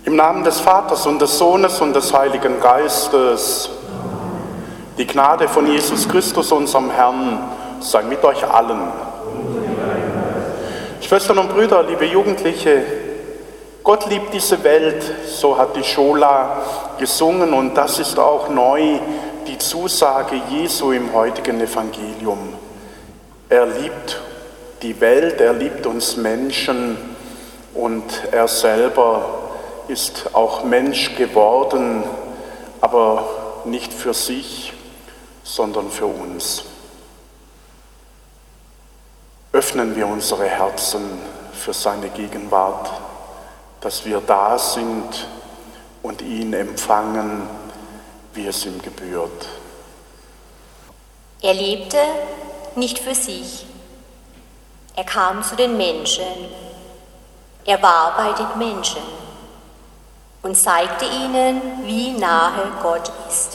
Im Namen des Vaters und des Sohnes und des Heiligen Geistes. Die Gnade von Jesus Christus, unserem Herrn, sei mit euch allen. Schwestern und Brüder, liebe Jugendliche, Gott liebt diese Welt, so hat die Schola gesungen, und das ist auch neu die Zusage Jesu im heutigen Evangelium. Er liebt die Welt, er liebt uns Menschen und er selber ist auch Mensch geworden, aber nicht für sich, sondern für uns. Öffnen wir unsere Herzen für seine Gegenwart, dass wir da sind und ihn empfangen, wie es ihm gebührt. Er lebte nicht für sich. Er kam zu den Menschen. Er war bei den Menschen und zeigte ihnen, wie nahe Gott ist.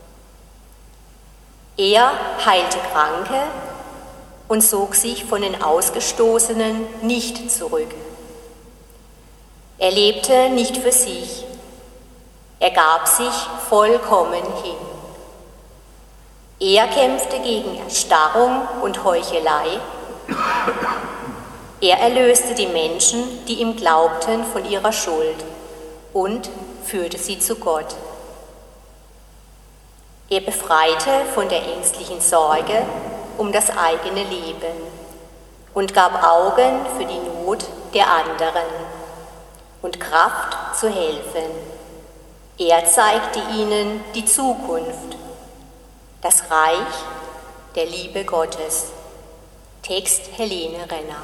Er heilte Kranke und zog sich von den Ausgestoßenen nicht zurück. Er lebte nicht für sich. Er gab sich vollkommen hin. Er kämpfte gegen Erstarrung und Heuchelei. Er erlöste die Menschen, die ihm glaubten, von ihrer Schuld und führte sie zu Gott. Er befreite von der ängstlichen Sorge um das eigene Leben und gab Augen für die Not der anderen und Kraft zu helfen. Er zeigte ihnen die Zukunft, das Reich der Liebe Gottes. Text Helene Renner.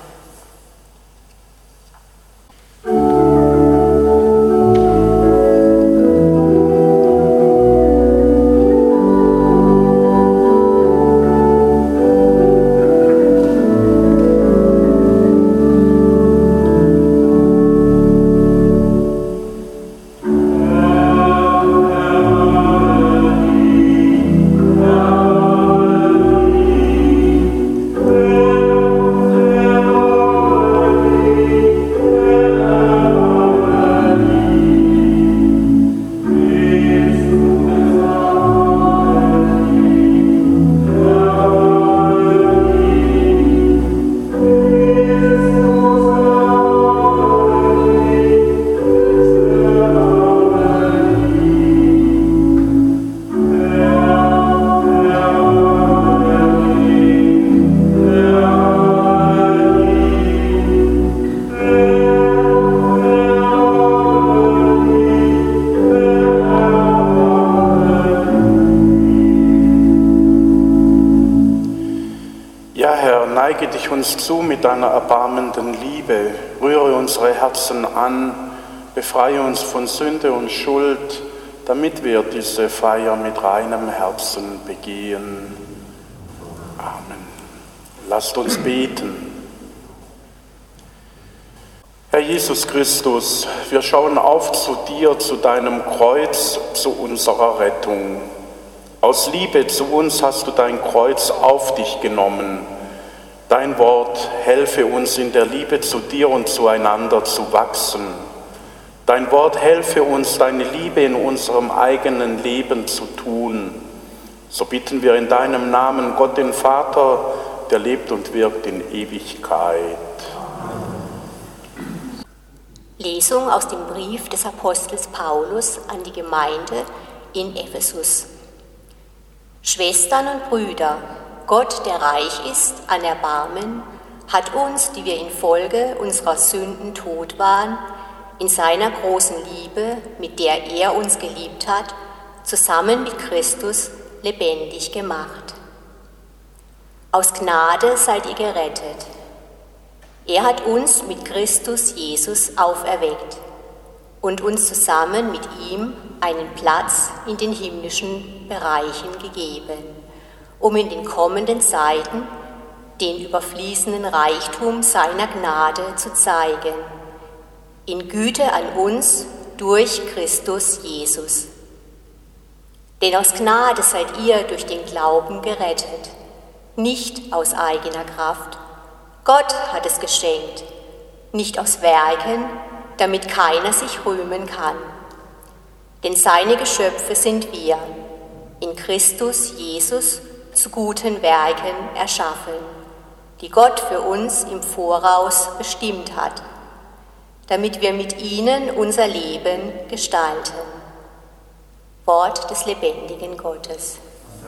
Neige dich uns zu mit deiner erbarmenden Liebe, rühre unsere Herzen an, befreie uns von Sünde und Schuld, damit wir diese Feier mit reinem Herzen begehen. Amen. Lasst uns beten. Herr Jesus Christus, wir schauen auf zu dir, zu deinem Kreuz, zu unserer Rettung. Aus Liebe zu uns hast du dein Kreuz auf dich genommen. Dein Wort helfe uns in der Liebe zu dir und zueinander zu wachsen. Dein Wort helfe uns, deine Liebe in unserem eigenen Leben zu tun. So bitten wir in deinem Namen Gott den Vater, der lebt und wirkt in Ewigkeit. Lesung aus dem Brief des Apostels Paulus an die Gemeinde in Ephesus. Schwestern und Brüder, Gott, der reich ist an Erbarmen, hat uns, die wir infolge unserer Sünden tot waren, in seiner großen Liebe, mit der er uns geliebt hat, zusammen mit Christus lebendig gemacht. Aus Gnade seid ihr gerettet. Er hat uns mit Christus Jesus auferweckt und uns zusammen mit ihm einen Platz in den himmlischen Bereichen gegeben, um in den kommenden Zeiten den überfließenden Reichtum seiner Gnade zu zeigen, in Güte an uns durch Christus Jesus. Denn aus Gnade seid ihr durch den Glauben gerettet, nicht aus eigener Kraft. Gott hat es geschenkt, nicht aus Werken, damit keiner sich rühmen kann. Denn seine Geschöpfe sind wir, in Christus Jesus zu guten Werken erschaffen, die Gott für uns im Voraus bestimmt hat, damit wir mit ihnen unser Leben gestalten. Wort des lebendigen Gottes.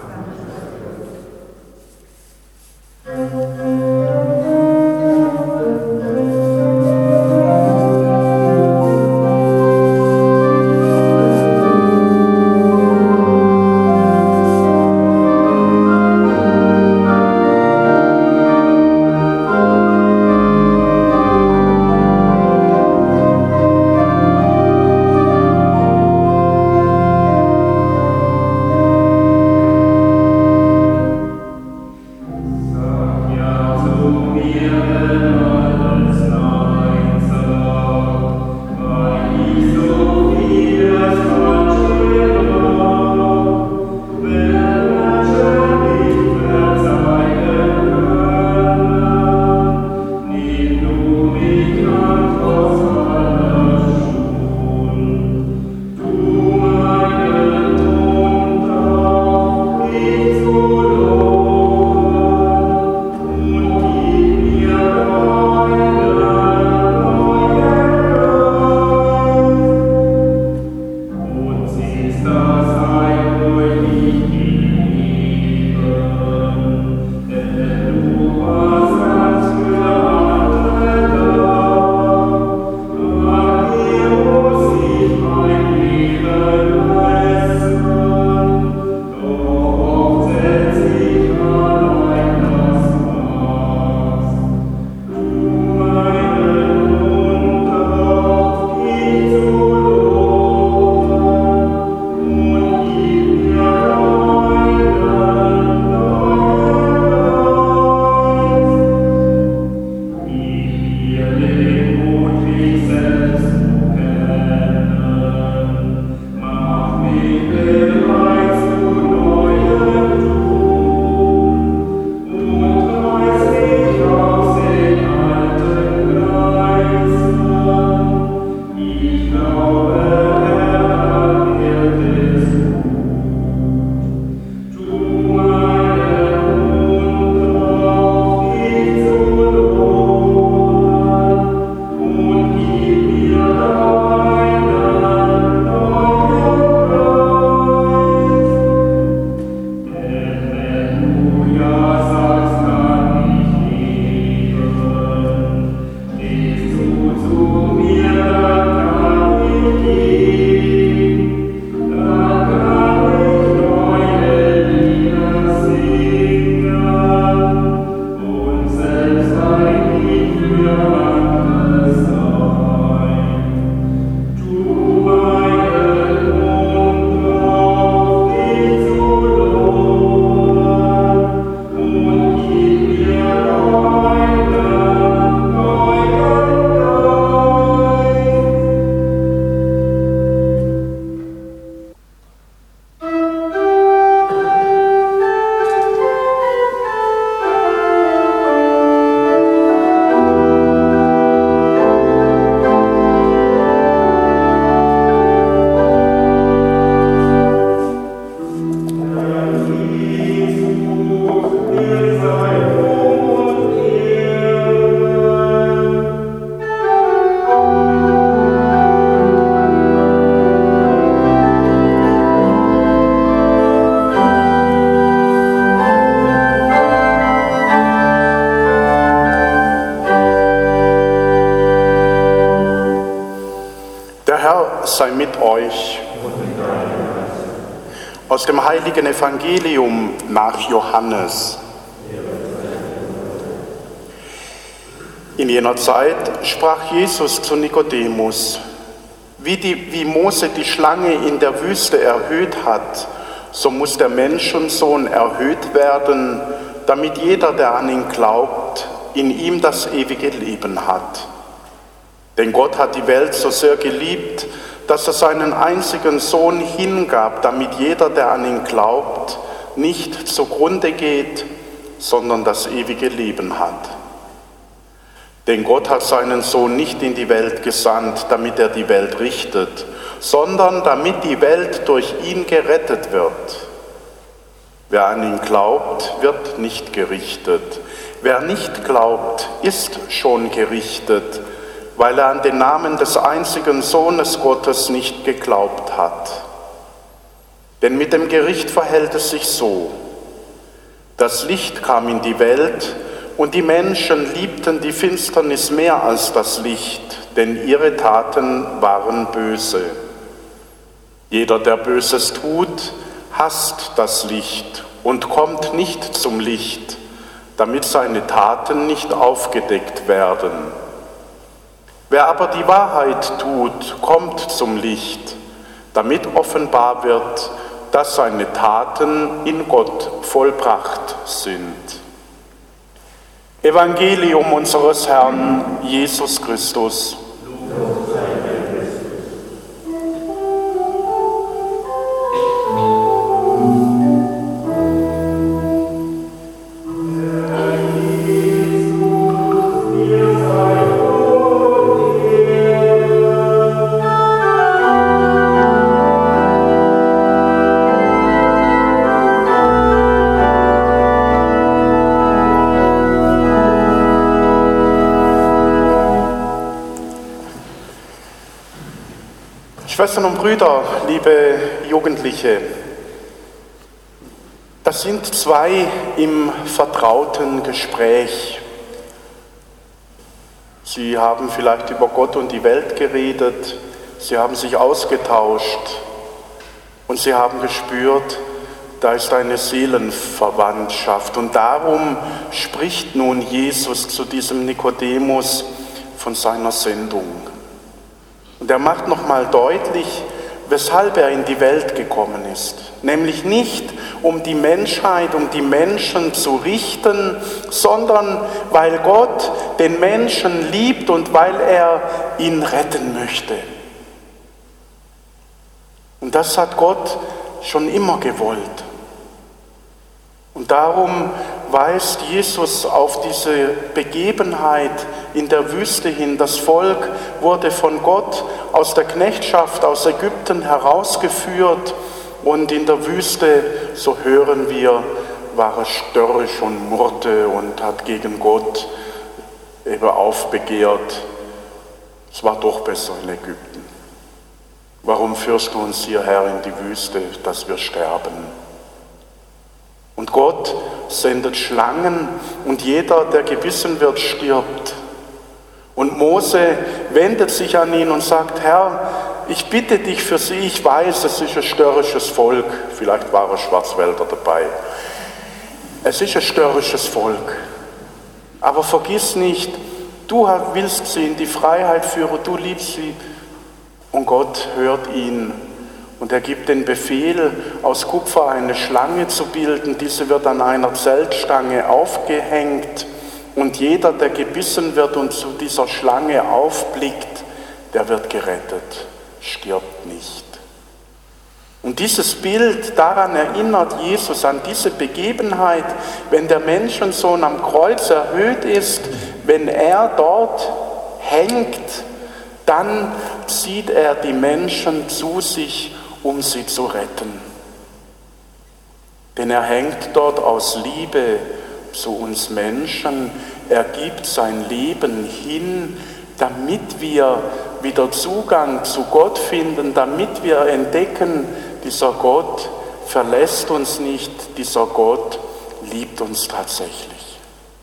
sei mit euch. Aus dem heiligen Evangelium nach Johannes. In jener Zeit sprach Jesus zu Nikodemus: Wie Mose die Schlange in der Wüste erhöht hat, so muss der Menschensohn erhöht werden, damit jeder, der an ihn glaubt, in ihm das ewige Leben hat. Denn Gott hat die Welt so sehr geliebt, dass er seinen einzigen Sohn hingab, damit jeder, der an ihn glaubt, nicht zugrunde geht, sondern das ewige Leben hat. Denn Gott hat seinen Sohn nicht in die Welt gesandt, damit er die Welt richtet, sondern damit die Welt durch ihn gerettet wird. Wer an ihn glaubt, wird nicht gerichtet. Wer nicht glaubt, ist schon gerichtet, weil er an den Namen des einzigen Sohnes Gottes nicht geglaubt hat. Denn mit dem Gericht verhält es sich so: Das Licht kam in die Welt, und die Menschen liebten die Finsternis mehr als das Licht, denn ihre Taten waren böse. Jeder, der Böses tut, hasst das Licht und kommt nicht zum Licht, damit seine Taten nicht aufgedeckt werden. Wer aber die Wahrheit tut, kommt zum Licht, damit offenbar wird, dass seine Taten in Gott vollbracht sind. Evangelium unseres Herrn Jesus Christus. Schwestern und Brüder, liebe Jugendliche, das sind zwei im vertrauten Gespräch. Sie haben vielleicht über Gott und die Welt geredet, sie haben sich ausgetauscht und sie haben gespürt, da ist eine Seelenverwandtschaft. Und darum spricht nun Jesus zu diesem Nikodemus von seiner Sendung. Und er macht nochmal deutlich, weshalb er in die Welt gekommen ist. Nämlich nicht, um die Menschheit, um die Menschen zu richten, sondern weil Gott den Menschen liebt und weil er ihn retten möchte. Und das hat Gott schon immer gewollt. Und darum weist Jesus auf diese Begebenheit in der Wüste hin. Das Volk wurde von Gott aus der Knechtschaft aus Ägypten herausgeführt und in der Wüste, so hören wir, war es störrisch und murrte und hat gegen Gott eben aufbegehrt. Es war doch besser in Ägypten. Warum führst du uns hierher in die Wüste, dass wir sterben? Und Gott sendet Schlangen und jeder, der gebissen wird, stirbt. Und Mose wendet sich an ihn und sagt: Herr, ich bitte dich für sie, ich weiß, es ist ein störrisches Volk, vielleicht waren Schwarzwälder dabei. Es ist ein störrisches Volk, aber vergiss nicht, du willst sie in die Freiheit führen, du liebst sie. Und Gott hört ihn. Und er gibt den Befehl, aus Kupfer eine Schlange zu bilden. Diese wird an einer Zeltstange aufgehängt. Und jeder, der gebissen wird und zu dieser Schlange aufblickt, der wird gerettet, stirbt nicht. Und dieses Bild, daran erinnert Jesus, an diese Begebenheit, wenn der Menschensohn am Kreuz erhöht ist, wenn er dort hängt, dann zieht er die Menschen zu sich, um sie zu retten. Denn er hängt dort aus Liebe zu uns Menschen. Er gibt sein Leben hin, damit wir wieder Zugang zu Gott finden, damit wir entdecken, dieser Gott verlässt uns nicht, dieser Gott liebt uns tatsächlich.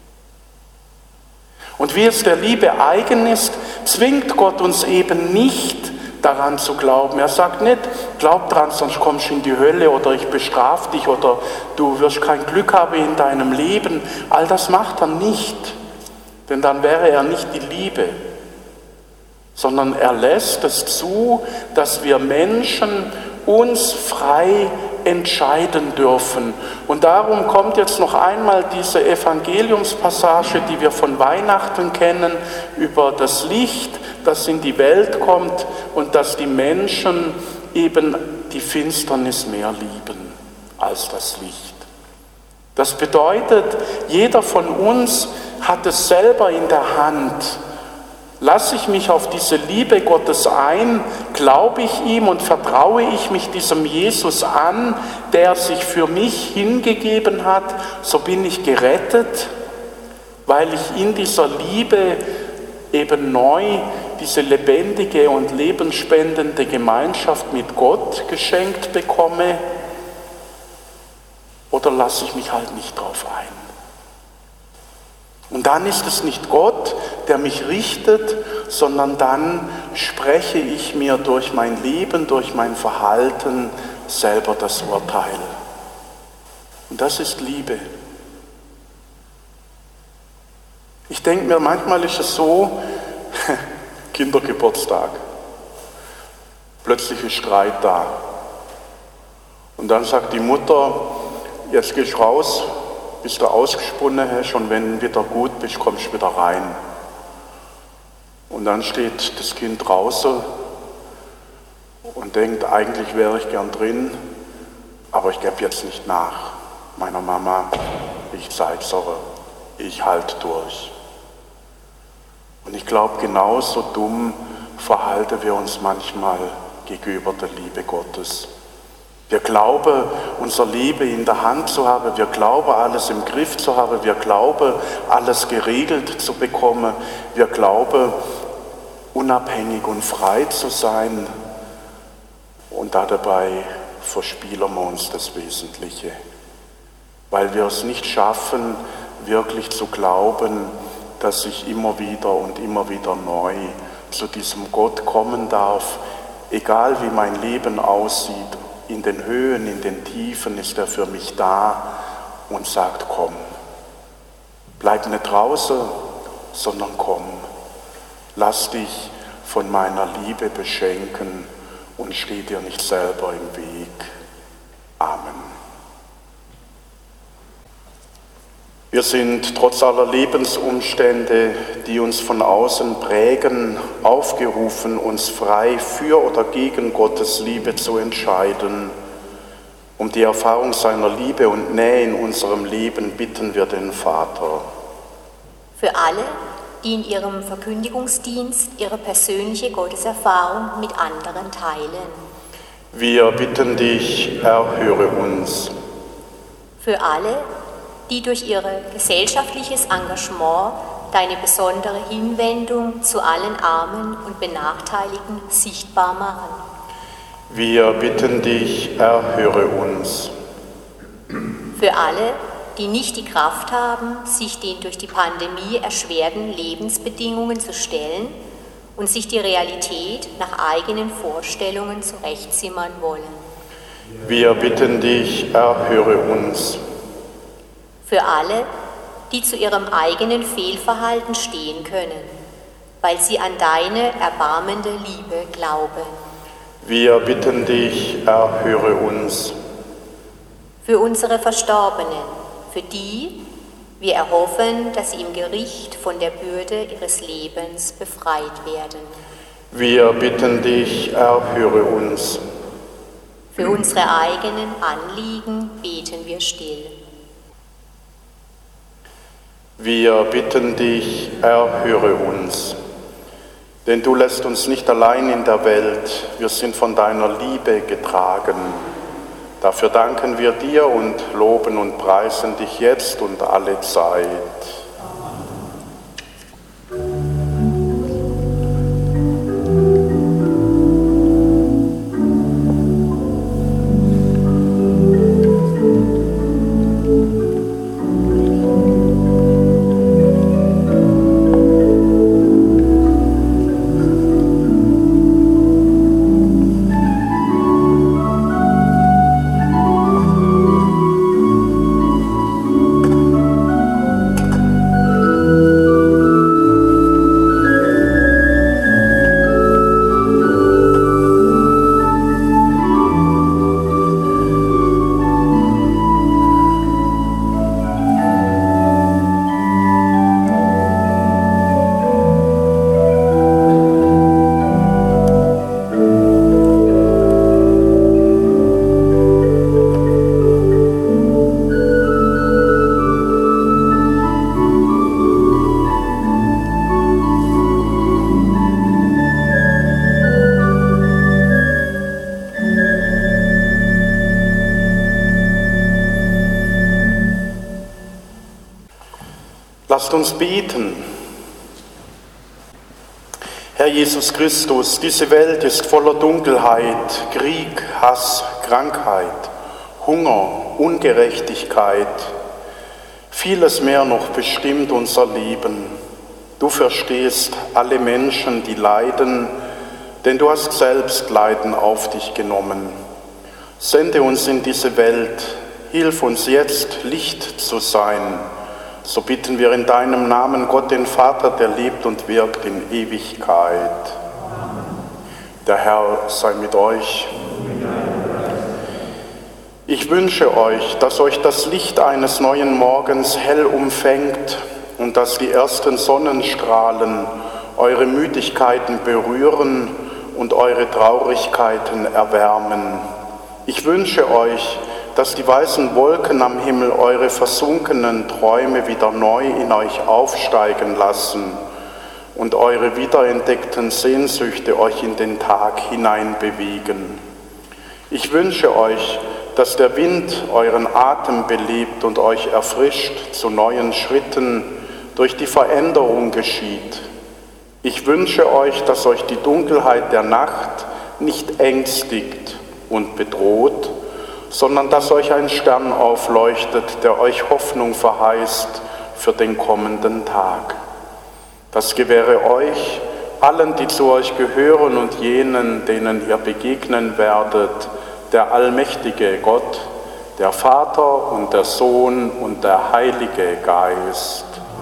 Und wie es der Liebe eigen ist, zwingt Gott uns eben nicht, daran zu glauben. Er sagt nicht, glaub dran, sonst kommst du in die Hölle oder ich bestrafe dich oder du wirst kein Glück haben in deinem Leben. All das macht er nicht, denn dann wäre er nicht die Liebe, sondern er lässt es zu, dass wir Menschen uns frei entscheiden dürfen. Und darum kommt jetzt noch einmal diese Evangeliumspassage, die wir von Weihnachten kennen, über das Licht, das in die Welt kommt und dass die Menschen eben die Finsternis mehr lieben als das Licht. Das bedeutet, jeder von uns hat es selber in der Hand. Lasse ich mich auf diese Liebe Gottes ein, glaube ich ihm und vertraue ich mich diesem Jesus an, der sich für mich hingegeben hat, so bin ich gerettet, weil ich in dieser Liebe eben neu diese lebendige und lebensspendende Gemeinschaft mit Gott geschenkt bekomme, oder lasse ich mich halt nicht drauf ein? Und dann ist es nicht Gott, der mich richtet, sondern dann spreche ich mir durch mein Leben, durch mein Verhalten selber das Urteil. Und das ist Liebe. Ich denke mir, manchmal ist es so, Kindergeburtstag, plötzlich ist Streit da. Und dann sagt die Mutter, jetzt gehst du raus, bis du ausgesponnen hast und wenn du wieder gut bist, kommst du wieder rein. Und dann steht das Kind draußen und denkt, eigentlich wäre ich gern drin, aber ich gebe jetzt nicht nach. Meiner Mama, ich zeig's aber, ich halte durch. Und ich glaube, genauso dumm verhalten wir uns manchmal gegenüber der Liebe Gottes. Wir glauben, unser Leben in der Hand zu haben, wir glauben, alles im Griff zu haben, wir glauben, alles geregelt zu bekommen, wir glauben, unabhängig und frei zu sein, und dabei verspielen wir uns das Wesentliche, weil wir es nicht schaffen, wirklich zu glauben, dass ich immer wieder neu zu diesem Gott kommen darf, egal wie mein Leben aussieht. In den Höhen, in den Tiefen ist er für mich da und sagt, komm, bleib nicht draußen, sondern komm, lass dich von meiner Liebe beschenken und steh dir nicht selber im Weg. Amen. Wir sind trotz aller Lebensumstände, die uns von außen prägen, aufgerufen, uns frei für oder gegen Gottes Liebe zu entscheiden. Um die Erfahrung seiner Liebe und Nähe in unserem Leben bitten wir den Vater. Für alle, die in ihrem Verkündigungsdienst ihre persönliche Gotteserfahrung mit anderen teilen. Wir bitten dich, erhöre uns. Für alle, die durch ihr gesellschaftliches Engagement deine besondere Hinwendung zu allen Armen und Benachteiligten sichtbar machen. Wir bitten dich, erhöre uns. Für alle, die nicht die Kraft haben, sich den durch die Pandemie erschwerten Lebensbedingungen zu stellen und sich die Realität nach eigenen Vorstellungen zurechtzimmern wollen. Wir bitten dich, erhöre uns. Für alle, die zu ihrem eigenen Fehlverhalten stehen können, weil sie an deine erbarmende Liebe glauben. Wir bitten dich, erhöre uns. Für unsere Verstorbenen, für die wir erhoffen, dass sie im Gericht von der Bürde ihres Lebens befreit werden. Wir bitten dich, erhöre uns. Für unsere eigenen Anliegen beten wir still. Wir bitten dich, erhöre uns. Denn du lässt uns nicht allein in der Welt, wir sind von deiner Liebe getragen. Dafür danken wir dir und loben und preisen dich jetzt und alle Zeit. Lasst uns beten. Herr Jesus Christus, diese Welt ist voller Dunkelheit, Krieg, Hass, Krankheit, Hunger, Ungerechtigkeit. Vieles mehr noch bestimmt unser Leben. Du verstehst alle Menschen, die leiden, denn du hast selbst Leiden auf dich genommen. Sende uns in diese Welt, hilf uns jetzt, Licht zu sein. So bitten wir in deinem Namen Gott, den Vater, der lebt und wirkt in Ewigkeit. Der Herr sei mit euch. Ich wünsche euch, dass euch das Licht eines neuen Morgens hell umfängt und dass die ersten Sonnenstrahlen eure Müdigkeiten berühren und eure Traurigkeiten erwärmen. Ich wünsche euch, dass die weißen Wolken am Himmel eure versunkenen Träume wieder neu in euch aufsteigen lassen und eure wiederentdeckten Sehnsüchte euch in den Tag hineinbewegen. Ich wünsche euch, dass der Wind euren Atem belebt und euch erfrischt zu neuen Schritten durch die Veränderung geschieht. Ich wünsche euch, dass euch die Dunkelheit der Nacht nicht ängstigt und bedroht, sondern dass euch ein Stern aufleuchtet, der euch Hoffnung verheißt für den kommenden Tag. Das gewähre euch, allen, die zu euch gehören und jenen, denen ihr begegnen werdet, der allmächtige Gott, der Vater und der Sohn und der Heilige Geist.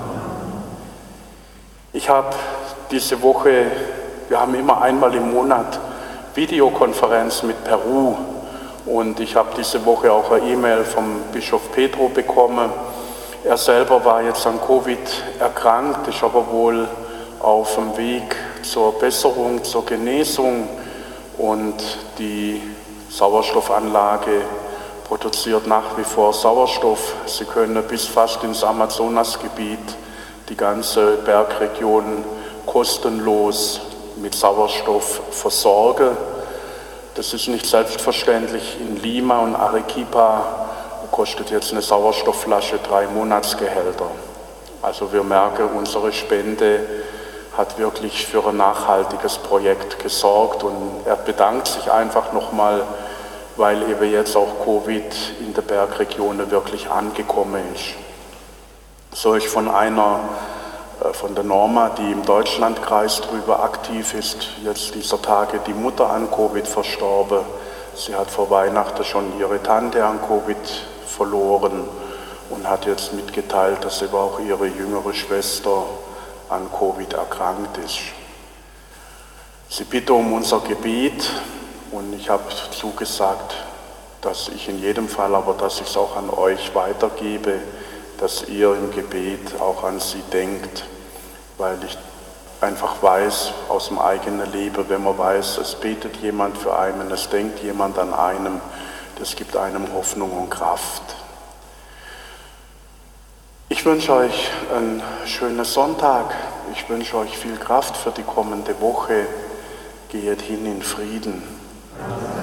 Ich habe diese Woche, wir haben immer einmal im Monat Videokonferenz mit Peru und ich habe diese Woche auch eine E-Mail vom Bischof Pedro bekommen. Er selber war jetzt an Covid erkrankt, ist aber wohl auf dem Weg zur Besserung, zur Genesung und die Sauerstoffanlage produziert nach wie vor Sauerstoff. Sie können bis fast ins Amazonasgebiet die ganze Bergregion kostenlos mit Sauerstoff versorgen. Das ist nicht selbstverständlich. In Lima und Arequipa kostet jetzt eine Sauerstoffflasche 3 Monatsgehälter. Also wir merken, unsere Spende hat wirklich für ein nachhaltiges Projekt gesorgt und er bedankt sich einfach nochmal, weil eben jetzt auch Covid in der Bergregion wirklich angekommen ist. So ist von der Norma, die im Deutschlandkreis drüber aktiv ist, jetzt dieser Tage die Mutter an Covid verstorben. Sie hat vor Weihnachten schon ihre Tante an Covid verloren und hat jetzt mitgeteilt, dass eben auch ihre jüngere Schwester an Covid erkrankt ist. Sie bitte um unser Gebet und ich habe zugesagt, dass ich in jedem Fall, aber dass ich es auch an euch weitergebe, dass ihr im Gebet auch an sie denkt, weil ich einfach weiß aus dem eigenen Leben, wenn man weiß, es betet jemand für einen, es denkt jemand an einem, das gibt einem Hoffnung und Kraft. Ich wünsche euch einen schönen Sonntag. Ich wünsche euch viel Kraft für die kommende Woche. Geht hin in Frieden.